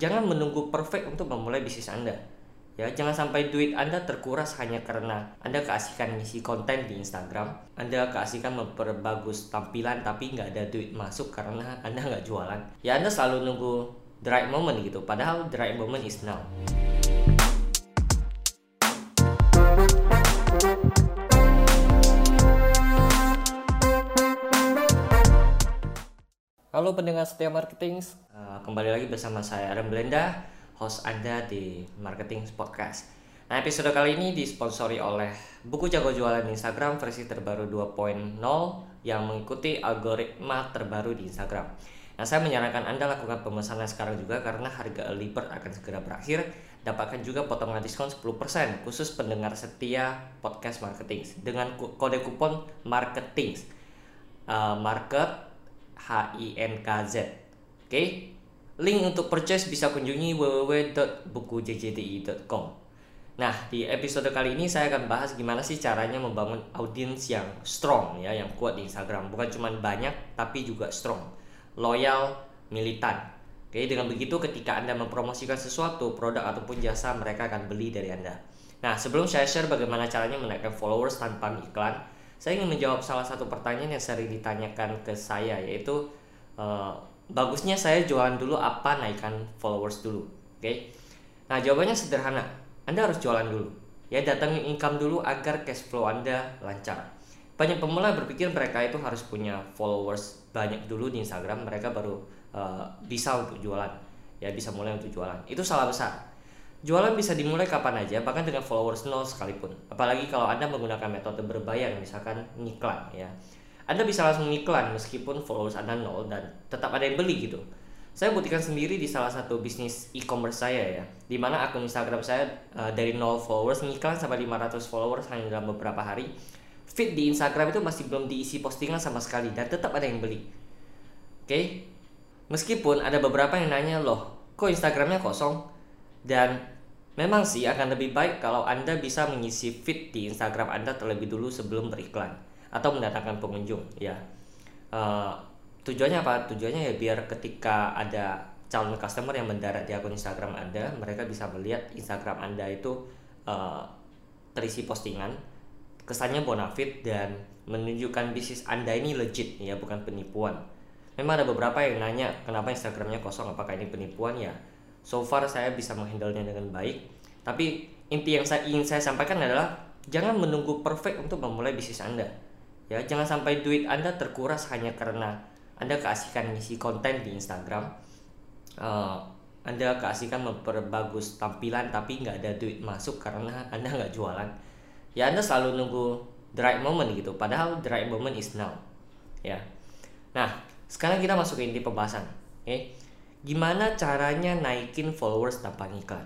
jangan menunggu perfect untuk memulai bisnis Anda. Ya, jangan sampai duit Anda terkuras hanya karena Anda keasikan ngisi konten di Instagram, Anda keasikan memperbagus tampilan tapi nggak ada duit masuk karena Anda nggak jualan. Ya, Anda selalu nunggu the right moment gitu, padahal the right moment is now. Halo pendengar setia marketing, kembali lagi bersama saya Aaron Belenda, host Anda di Marketing Podcast. Nah, episode kali ini disponsori oleh buku Jago Jualan Instagram versi terbaru 2.0 yang mengikuti algoritma terbaru di Instagram. Nah, saya menyarankan Anda lakukan pemesanan sekarang juga karena harga early bird akan segera berakhir. Dapatkan juga potongan diskon 10% khusus pendengar setia podcast marketing dengan kode kupon marketing. Market HINKZ. Oke. Link untuk purchase bisa kunjungi www.bukujjdi.com. Nah, di episode kali ini saya akan bahas gimana sih caranya membangun audiens yang strong ya, yang kuat di Instagram. Bukan cuma banyak tapi juga strong, loyal, militan. Oke, dengan begitu ketika Anda mempromosikan sesuatu, produk ataupun jasa, mereka akan beli dari Anda. Nah, sebelum saya share bagaimana caranya menaikkan followers tanpa iklan, saya ingin menjawab salah satu pertanyaan yang sering ditanyakan ke saya, yaitu bagusnya saya jualan dulu apa naikkan followers dulu. Oke. Nah, jawabannya sederhana. Anda harus jualan dulu. Ya, datangin income dulu agar cash flow Anda lancar. Banyak pemula berpikir mereka itu harus punya followers banyak dulu di Instagram, mereka baru bisa untuk jualan. Ya, bisa mulai untuk jualan. Itu salah besar. Jualan bisa dimulai kapan aja, bahkan dengan followers 0 sekalipun. Apalagi kalau Anda menggunakan metode berbayar, misalkan ngiklan ya. Anda bisa langsung ngiklan meskipun followers Anda 0 dan tetap ada yang beli gitu. Saya buktikan sendiri di salah satu bisnis e-commerce saya ya, di mana akun Instagram saya dari 0 followers ngiklan sampai 500 followers hanya dalam beberapa hari. Feed di Instagram itu masih belum diisi postingan sama sekali dan tetap ada yang beli. Oke? Meskipun ada beberapa yang nanya, loh kok Instagramnya kosong? Dan memang sih akan lebih baik kalau Anda bisa mengisi feed di Instagram Anda terlebih dulu sebelum beriklan atau mendatangkan pengunjung ya. Tujuannya apa? Tujuannya ya biar ketika ada calon customer yang mendarat di akun Instagram Anda, mereka bisa melihat Instagram Anda itu terisi postingan, kesannya bonafit dan menunjukkan bisnis Anda ini legit ya, bukan penipuan. Memang ada beberapa yang nanya kenapa Instagramnya kosong, apakah ini penipuan ya? So far saya bisa menghandle-nya dengan baik. Tapi inti yang ingin saya sampaikan adalah jangan menunggu perfect untuk memulai bisnis Anda. Ya, jangan sampai duit Anda terkuras hanya karena Anda keasikan ngisi konten di Instagram. Anda keasikan memperbagus tampilan tapi nggak ada duit masuk karena Anda nggak jualan. Ya, Anda selalu nunggu the right moment gitu. Padahal the right moment is now. Ya. Nah, sekarang kita masuk ke inti pembahasan. Oke. Gimana caranya naikin followers tanpa iklan?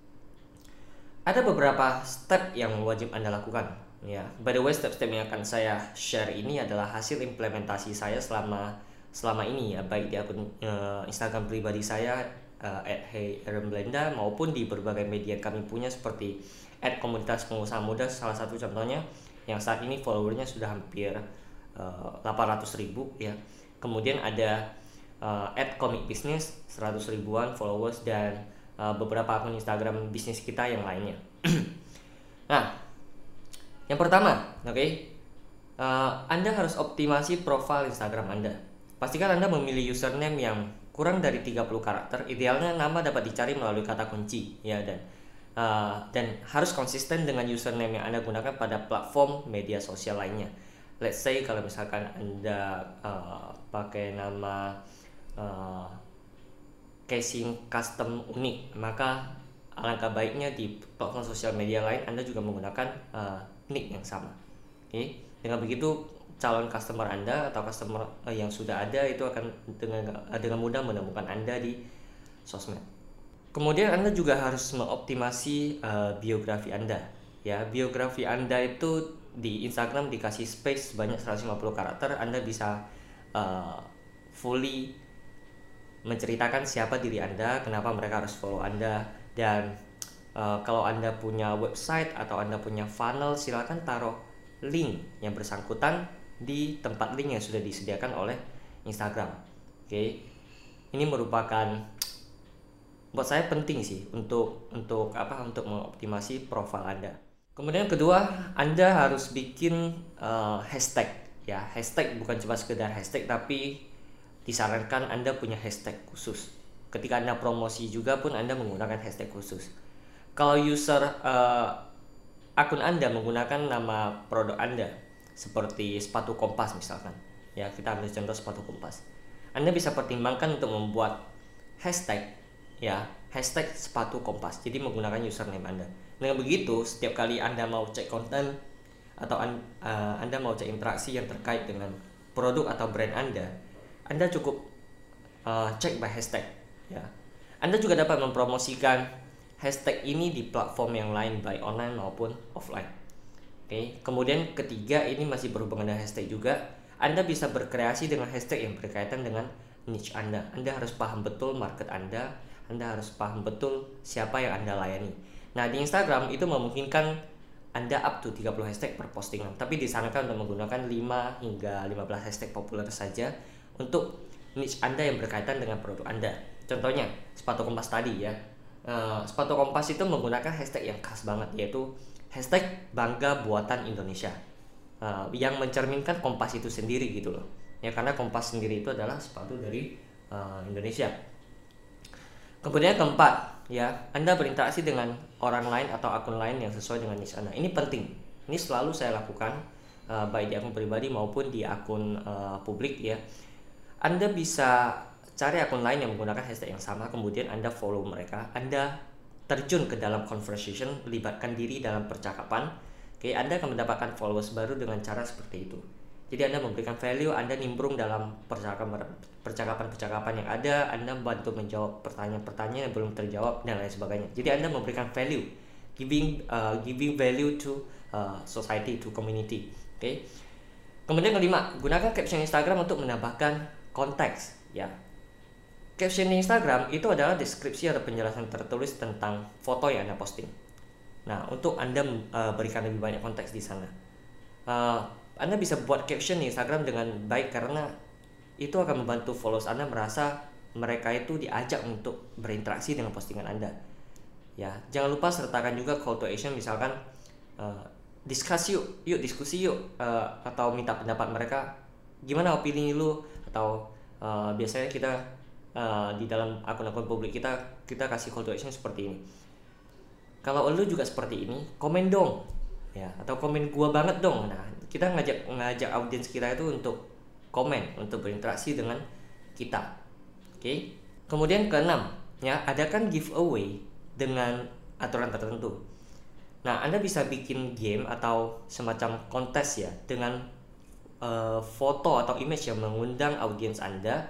Ada beberapa step yang wajib Anda lakukan. Ya, by the way, step-step yang akan saya share ini adalah hasil implementasi saya selama ini ya, baik di akun Instagram pribadi saya @heyaronbelenda maupun di berbagai media kami punya seperti @komunitas pengusaha muda, salah satu contohnya yang saat ini followernya sudah hampir 800.000 ya. Kemudian ada @komik bisnis 100 ribuan followers dan beberapa akun Instagram bisnis kita yang lainnya. Nah, yang pertama, Anda harus optimasi profil Instagram Anda. Pastikan Anda memilih username yang kurang dari 30 karakter. Idealnya nama dapat dicari melalui kata kunci ya, dan harus konsisten dengan username yang Anda gunakan pada platform media sosial lainnya. Let's say kalau misalkan Anda pakai nama casing custom unik, maka alangkah baiknya di platform sosial media lain Anda juga menggunakan nick yang sama. Oke. Dengan begitu calon customer Anda atau customer yang sudah ada itu akan dengan mudah menemukan Anda di sosmed. Kemudian Anda juga harus mengoptimasi biografi Anda. Ya, biografi Anda itu di Instagram dikasih space sebanyak 150 karakter. Anda bisa fully menceritakan siapa diri Anda, kenapa mereka harus follow Anda, dan kalau Anda punya website atau Anda punya funnel, silakan taruh link yang bersangkutan di tempat link yang sudah disediakan oleh Instagram. Oke. Ini merupakan buat saya penting sih untuk mengoptimasi profil Anda. Kemudian kedua, Anda harus bikin hashtag ya. Hashtag bukan cuma sekedar hashtag, tapi disarankan Anda punya hashtag khusus. Ketika Anda promosi juga pun Anda menggunakan hashtag khusus. Kalau user akun Anda menggunakan nama produk Anda seperti sepatu Kompas misalkan. Ya, kita ambil contoh sepatu Kompas. Anda bisa pertimbangkan untuk membuat hashtag ya, hashtag sepatu Kompas. Jadi menggunakan username Anda. Dengan begitu, setiap kali Anda mau cek konten atau Anda mau cek interaksi yang terkait dengan produk atau brand Anda cukup cek by hashtag ya. Anda juga dapat mempromosikan hashtag ini di platform yang lain baik online maupun offline. Oke. Kemudian ketiga, ini masih berhubungan dengan hashtag juga. Anda bisa berkreasi dengan hashtag yang berkaitan dengan niche Anda. Anda harus paham betul market Anda harus paham betul siapa yang Anda layani. Nah, di Instagram itu memungkinkan Anda up to 30 hashtag per postingan, tapi disarankan untuk menggunakan 5 hingga 15 hashtag populer saja untuk niche Anda yang berkaitan dengan produk Anda. Contohnya, sepatu Kompas tadi ya. Sepatu Kompas itu menggunakan hashtag yang khas banget, yaitu hashtag bangga buatan Indonesia, yang mencerminkan Kompas itu sendiri gitu loh ya, karena Kompas sendiri itu adalah sepatu dari Indonesia. Kemudian keempat ya, Anda berinteraksi dengan orang lain atau akun lain yang sesuai dengan niche Anda. Ini penting, ini selalu saya lakukan baik di akun pribadi maupun di akun publik ya. Anda bisa cari akun lain yang menggunakan hashtag yang sama, kemudian Anda follow mereka, Anda terjun ke dalam conversation, libatkan diri dalam percakapan. Oke, Anda akan mendapatkan followers baru dengan cara seperti itu. Jadi Anda memberikan value, Anda nimbrung dalam percakapan-percakapan yang ada, Anda membantu menjawab pertanyaan-pertanyaan yang belum terjawab dan lain sebagainya. Jadi Anda memberikan value, giving value to society, to community. Oke. Kemudian kelima, gunakan caption Instagram untuk menambahkan konteks ya. Caption di Instagram itu adalah deskripsi atau penjelasan tertulis tentang foto yang Anda posting. Nah, untuk Anda berikan lebih banyak konteks di sana, Anda bisa buat caption di Instagram dengan baik, karena itu akan membantu followers Anda merasa mereka itu diajak untuk berinteraksi dengan postingan Anda. Ya, jangan lupa sertakan juga call to action, misalkan diskusi yuk, atau minta pendapat mereka, gimana opini lu, atau biasanya kita di dalam akun-akun publik kita kasih call to action seperti ini. Kalau lu juga seperti ini, komen dong ya, atau komen gua banget dong. Nah, kita ngajak audiens kita itu untuk komen, untuk berinteraksi dengan kita. Oke. Kemudian keenam ya, adakan giveaway dengan aturan tertentu. Nah, Anda bisa bikin game atau semacam kontes ya, dengan foto atau image yang mengundang audiens Anda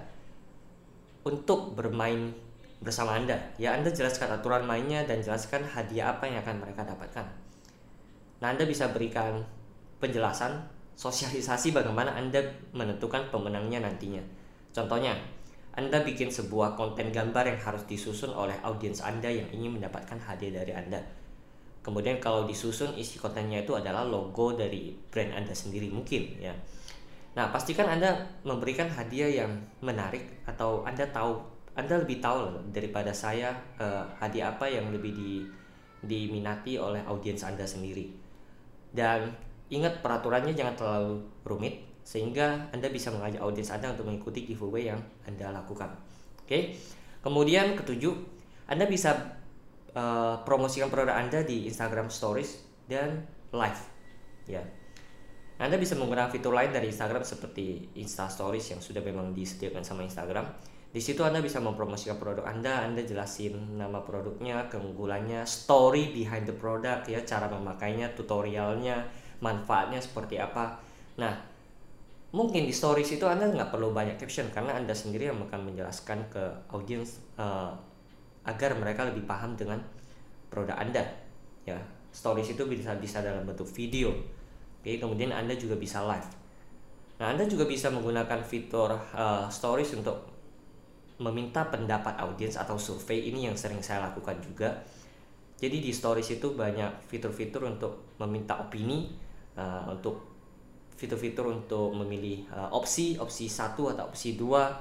untuk bermain bersama Anda. Ya, Anda jelaskan aturan mainnya dan jelaskan hadiah apa yang akan mereka dapatkan. Nah, Anda bisa berikan penjelasan, sosialisasi bagaimana Anda menentukan pemenangnya nantinya. Contohnya, Anda bikin sebuah konten gambar yang harus disusun oleh audiens Anda yang ingin mendapatkan hadiah dari Anda. Kemudian kalau disusun, isi kontennya itu adalah logo dari brand Anda sendiri mungkin ya. Nah, pastikan Anda memberikan hadiah yang menarik, atau Anda lebih tahu daripada saya hadiah apa yang lebih diminati oleh audiens Anda sendiri. Dan ingat, peraturannya jangan terlalu rumit sehingga Anda bisa mengajak audiens Anda untuk mengikuti giveaway yang Anda lakukan. Oke. Kemudian ketujuh, Anda bisa promosikan produk Anda di Instagram Stories dan Live ya. Anda bisa menggunakan fitur lain dari Instagram seperti Insta Stories yang sudah memang disediakan sama Instagram. Di situ Anda bisa mempromosikan produk Anda jelasin nama produknya, keunggulannya, story behind the product ya, cara memakainya, tutorialnya, manfaatnya seperti apa. Nah, mungkin di stories itu Anda nggak perlu banyak caption, karena Anda sendiri yang akan menjelaskan ke audiens agar mereka lebih paham dengan produk Anda ya. Stories itu bisa dalam bentuk video. Oke, kemudian Anda juga bisa live. Nah, Anda juga bisa menggunakan fitur stories untuk meminta pendapat audiens atau survei. Ini yang sering saya lakukan juga. Jadi di stories itu banyak fitur-fitur untuk meminta opini, untuk fitur-fitur untuk memilih opsi 1 atau opsi 2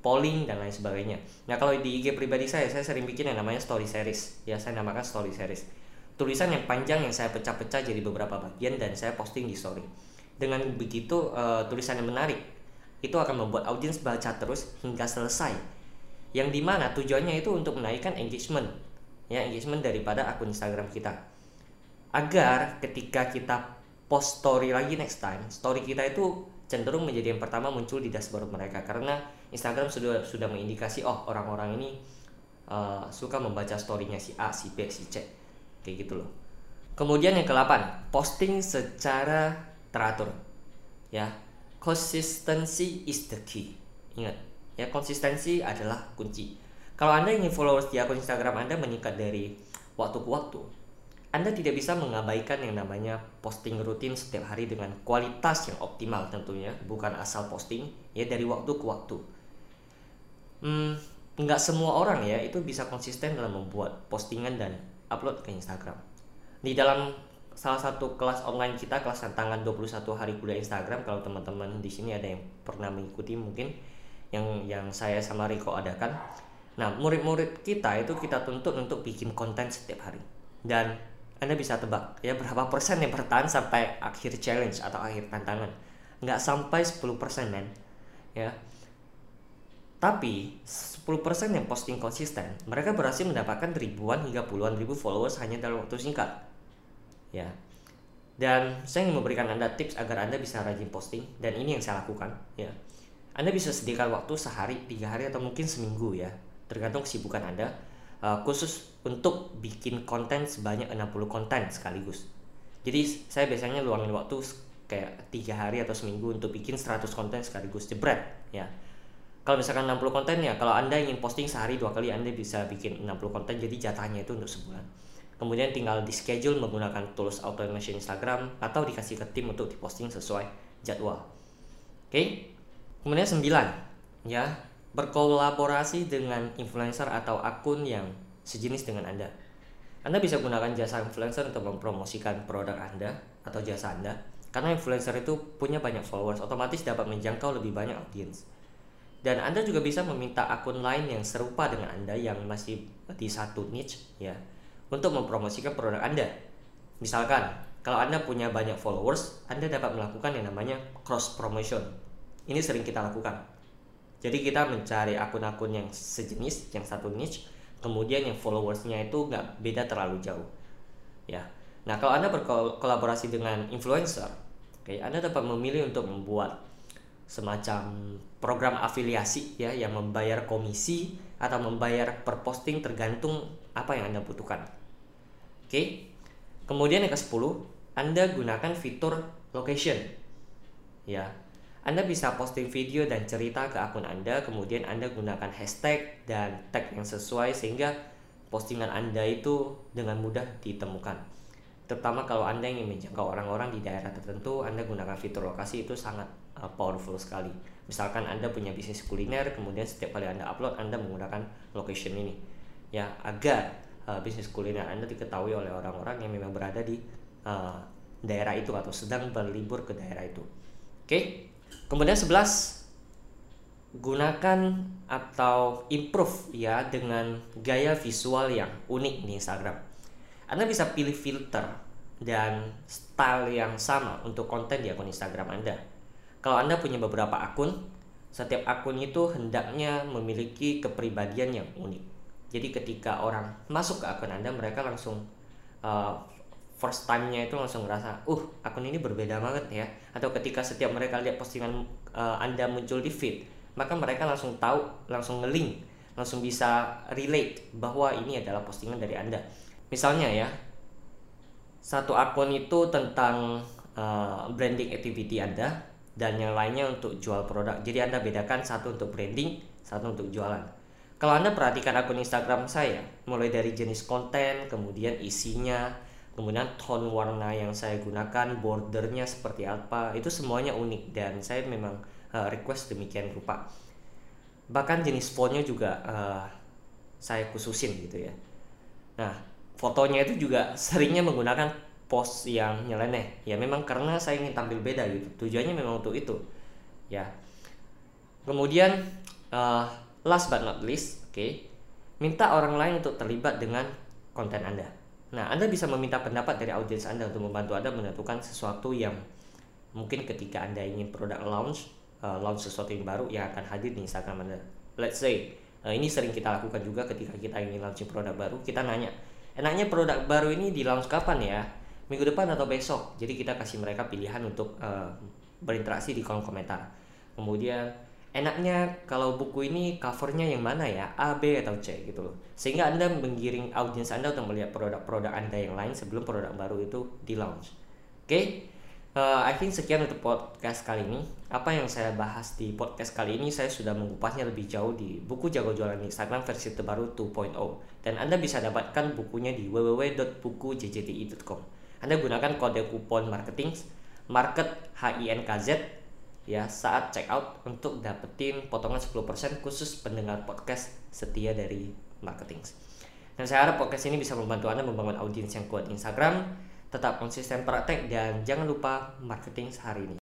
polling dan lain sebagainya. Nah, kalau di IG pribadi saya sering bikin yang namanya story series. Ya, saya namakan story series. Tulisan yang panjang yang saya pecah-pecah jadi beberapa bagian dan saya posting di story. Dengan begitu tulisan yang menarik itu akan membuat audiens baca terus hingga selesai. Yang dimana tujuannya itu untuk menaikkan engagement, ya engagement daripada akun Instagram kita. Agar ketika kita post story lagi next time, story kita itu cenderung menjadi yang pertama muncul di dashboard mereka, karena Instagram sudah mengindikasi orang-orang ini suka membaca storynya si A, si B, si C, kayak gitu loh. Kemudian yang ke-8, posting secara teratur. Ya, consistency is the key. Ingat, ya konsistensi adalah kunci. Kalau Anda ingin followers di akun Instagram Anda meningkat dari waktu ke waktu, Anda tidak bisa mengabaikan yang namanya posting rutin setiap hari dengan kualitas yang optimal tentunya, bukan asal posting ya dari waktu ke waktu. Nggak semua orang ya itu bisa konsisten dalam membuat postingan dan upload ke Instagram. Di dalam salah satu kelas online kita, kelas tantangan 21 hari kuliah Instagram, kalau teman-teman di sini ada yang pernah mengikuti mungkin yang saya sama Riko adakan. Nah, murid-murid kita itu kita tuntut untuk bikin konten setiap hari. Dan Anda bisa tebak ya berapa persen yang bertahan sampai akhir challenge atau akhir tantangan. Nggak sampai 10% men. Ya. Tapi 10% yang posting konsisten, mereka berhasil mendapatkan ribuan hingga puluhan ribu followers hanya dalam waktu singkat. Ya. Dan saya ingin memberikan Anda tips agar Anda bisa rajin posting, dan ini yang saya lakukan ya. Anda bisa sediakan waktu sehari, 3 hari atau mungkin seminggu ya, tergantung kesibukan Anda, khusus untuk bikin konten sebanyak 60 konten sekaligus. Jadi saya biasanya luangin waktu kayak 3 hari atau seminggu untuk bikin 100 konten sekaligus, jebret ya. Kalau misalkan 60 konten ya, kalau Anda ingin posting sehari 2 kali, Anda bisa bikin 60 konten, jadi jatahnya itu untuk sebulan. Kemudian tinggal di schedule menggunakan tools automation Instagram atau dikasih ke tim untuk diposting sesuai jadwal. Oke. Kemudian 9 ya, berkolaborasi dengan influencer atau akun yang sejenis dengan Anda. Anda bisa gunakan jasa influencer untuk mempromosikan produk Anda atau jasa Anda, karena influencer itu punya banyak followers, otomatis dapat menjangkau lebih banyak audiens. Dan Anda juga bisa meminta akun lain yang serupa dengan Anda yang masih di satu niche ya, untuk mempromosikan produk Anda. Misalkan, kalau Anda punya banyak followers, Anda dapat melakukan yang namanya cross promotion. Ini sering kita lakukan. Jadi kita mencari akun-akun yang sejenis, yang satu niche, kemudian yang followersnya itu nggak beda terlalu jauh. Ya. Nah, kalau Anda berkolaborasi dengan influencer, Anda dapat memilih untuk membuat semacam program afiliasi ya, yang membayar komisi atau membayar per posting tergantung apa yang Anda butuhkan. Kemudian yang ke-10, Anda gunakan fitur location. Ya. Anda bisa posting video dan cerita ke akun Anda, kemudian Anda gunakan hashtag dan tag yang sesuai sehingga postingan Anda itu dengan mudah ditemukan. Terutama kalau Anda ingin menjangkau orang-orang di daerah tertentu, Anda gunakan fitur lokasi itu sangat powerful sekali. Misalkan Anda punya bisnis kuliner, kemudian setiap kali Anda upload, Anda menggunakan location ini. Ya, agar bisnis kuliner Anda diketahui oleh orang-orang yang memang berada di daerah itu atau sedang berlibur ke daerah itu. Kemudian 11, gunakan atau improve ya dengan gaya visual yang unik di Instagram. Anda bisa pilih filter dan style yang sama untuk konten di akun Instagram Anda. Kalau Anda punya beberapa akun, setiap akun itu hendaknya memiliki kepribadian yang unik. Jadi ketika orang masuk ke akun Anda, mereka langsung first time-nya itu langsung ngerasa, akun ini berbeda banget ya. Atau ketika setiap mereka lihat postingan Anda muncul di feed, maka mereka langsung tahu, langsung nge-link, langsung bisa relate bahwa ini adalah postingan dari Anda. Misalnya ya, satu akun itu tentang branding activity Anda, dan yang lainnya untuk jual produk. Jadi Anda bedakan, satu untuk branding, satu untuk jualan. Kalau Anda perhatikan akun Instagram saya, mulai dari jenis konten, kemudian isinya, kemudian tone warna yang saya gunakan, bordernya seperti apa, itu semuanya unik dan saya memang request demikian rupa. Bahkan jenis fontnya juga saya khususin gitu ya. Nah, fotonya itu juga seringnya menggunakan post yang nyeleneh. Ya memang karena saya ingin tampil beda gitu. Tujuannya memang untuk itu. Ya. Kemudian Last but not least, minta orang lain untuk terlibat dengan konten Anda. Nah, Anda bisa meminta pendapat dari audiens Anda untuk membantu Anda menentukan sesuatu yang mungkin ketika Anda ingin produk launch sesuatu yang baru yang akan hadir di Instagram Anda. Let's say, ini sering kita lakukan juga ketika kita ingin launching produk baru, kita nanya, enaknya produk baru ini di launch kapan ya? Minggu depan atau besok? Jadi kita kasih mereka pilihan untuk berinteraksi di kolom komentar. Kemudian, enaknya kalau buku ini covernya yang mana ya, A, B, atau C gitu loh. Sehingga Anda menggiring audiens Anda untuk melihat produk-produk Anda yang lain sebelum produk baru itu di launch. I think sekian untuk podcast kali ini. Apa yang saya bahas di podcast kali ini saya sudah mengupasnya lebih jauh di buku Jago Jualan Instagram versi terbaru 2.0. Dan Anda bisa dapatkan bukunya di www.bukujjti.com. Anda gunakan kode kupon market HINKZ ya saat check out untuk dapetin potongan 10% khusus pendengar podcast setia dari marketing. Dan saya harap podcast ini bisa membantu Anda membangun audiens yang kuat di Instagram, tetap konsisten praktek, dan jangan lupa marketing hari ini.